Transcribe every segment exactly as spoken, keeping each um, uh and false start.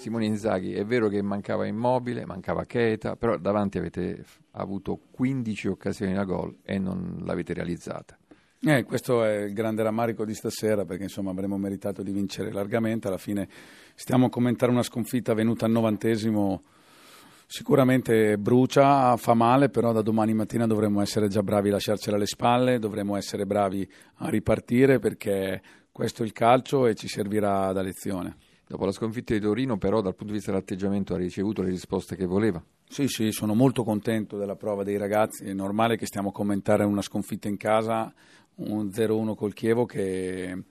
Simone Inzaghi, è vero che mancava Immobile, mancava Keita, però davanti avete avuto quindici occasioni da gol e non l'avete realizzata. Eh, questo è il grande rammarico di stasera, perché insomma avremmo meritato di vincere largamente. Alla fine stiamo a commentare una sconfitta venuta al novantesimo, sicuramente brucia, fa male, però da domani mattina dovremmo essere già bravi a lasciarcela alle spalle, dovremmo essere bravi a ripartire, perché questo è il calcio e ci servirà da lezione. Dopo la sconfitta di Torino, però, dal punto di vista dell'atteggiamento ha ricevuto le risposte che voleva? Sì, sì, sono molto contento della prova dei ragazzi. È normale che stiamo a commentare una sconfitta in casa, un zero uno col Chievo, che,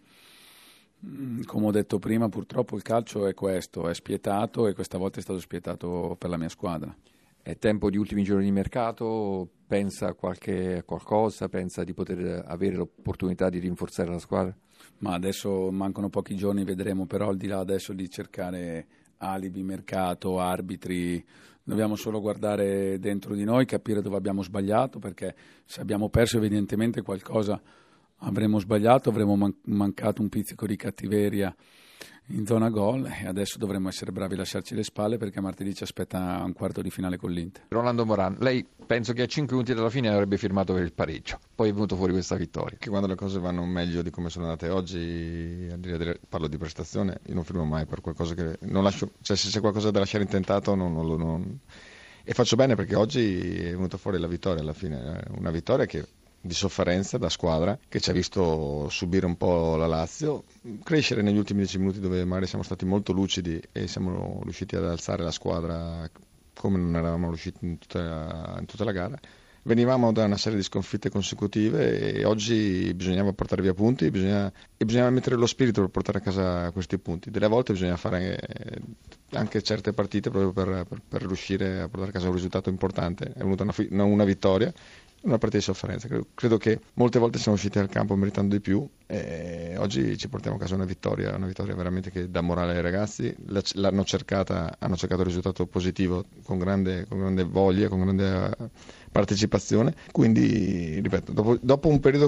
come ho detto prima, purtroppo il calcio è questo, è spietato, e questa volta è stato spietato per la mia squadra. È tempo di ultimi giorni di mercato? Pensa a qualche qualcosa? Pensa di poter avere l'opportunità di rinforzare la squadra? Ma adesso mancano pochi giorni, vedremo, però al di là adesso di cercare alibi, mercato, arbitri, dobbiamo solo guardare dentro di noi, capire dove abbiamo sbagliato, perché se abbiamo perso evidentemente qualcosa avremo sbagliato, avremo man- mancato un pizzico di cattiveria in zona gol, e adesso dovremmo essere bravi a lasciarci le spalle, perché martedì ci aspetta un quarto di finale con l'Inter. Rolando Moran, lei penso che a cinque minuti dalla fine avrebbe firmato per il pareggio, poi è venuto fuori questa vittoria. Che quando le cose vanno meglio di come sono andate oggi, parlo di prestazione, io non firmo mai per qualcosa che non lascio, cioè se c'è qualcosa da lasciare intentato non, non lo non... e faccio bene, perché oggi è venuta fuori la vittoria alla fine, una vittoria che di sofferenza da squadra, che ci ha visto subire un po' la Lazio, crescere negli ultimi dieci minuti, dove magari siamo stati molto lucidi e siamo riusciti ad alzare la squadra come non eravamo riusciti in tutta la, in tutta la gara. Venivamo da una serie di sconfitte consecutive e oggi bisognava portare via punti, bisogna, e bisognava mettere lo spirito per portare a casa questi punti. Delle volte bisogna fare anche certe partite proprio per, per, per riuscire a portare a casa un risultato importante. È venuta una, una vittoria, una partita di sofferenza. Credo, credo che molte volte siamo usciti dal campo meritando di più, e oggi ci portiamo a casa una vittoria, una vittoria veramente che dà morale ai ragazzi. L'hanno cercata, hanno cercato il risultato positivo con grande, con grande voglia, con grande partecipazione. Quindi, ripeto, dopo, dopo un periodo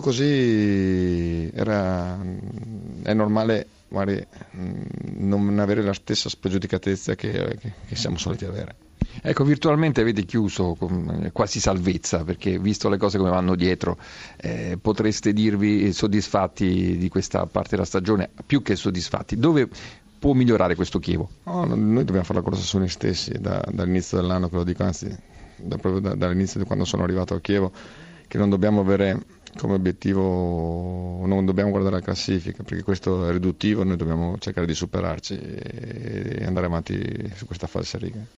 così era, è normale magari non avere la stessa spregiudicatezza che, che, che siamo soliti avere. Ecco, virtualmente avete chiuso con quasi salvezza, perché visto le cose come vanno dietro, eh, potreste dirvi soddisfatti di questa parte della stagione, più che soddisfatti. Dove può migliorare questo Chievo? Oh, noi dobbiamo fare la corsa su noi stessi, da, dall'inizio dell'anno, che lo dico, anzi da, proprio da, dall'inizio di quando sono arrivato a Chievo, che non dobbiamo avere come obiettivo, non dobbiamo guardare la classifica, perché questo è riduttivo, noi dobbiamo cercare di superarci e andare avanti su questa falsa riga.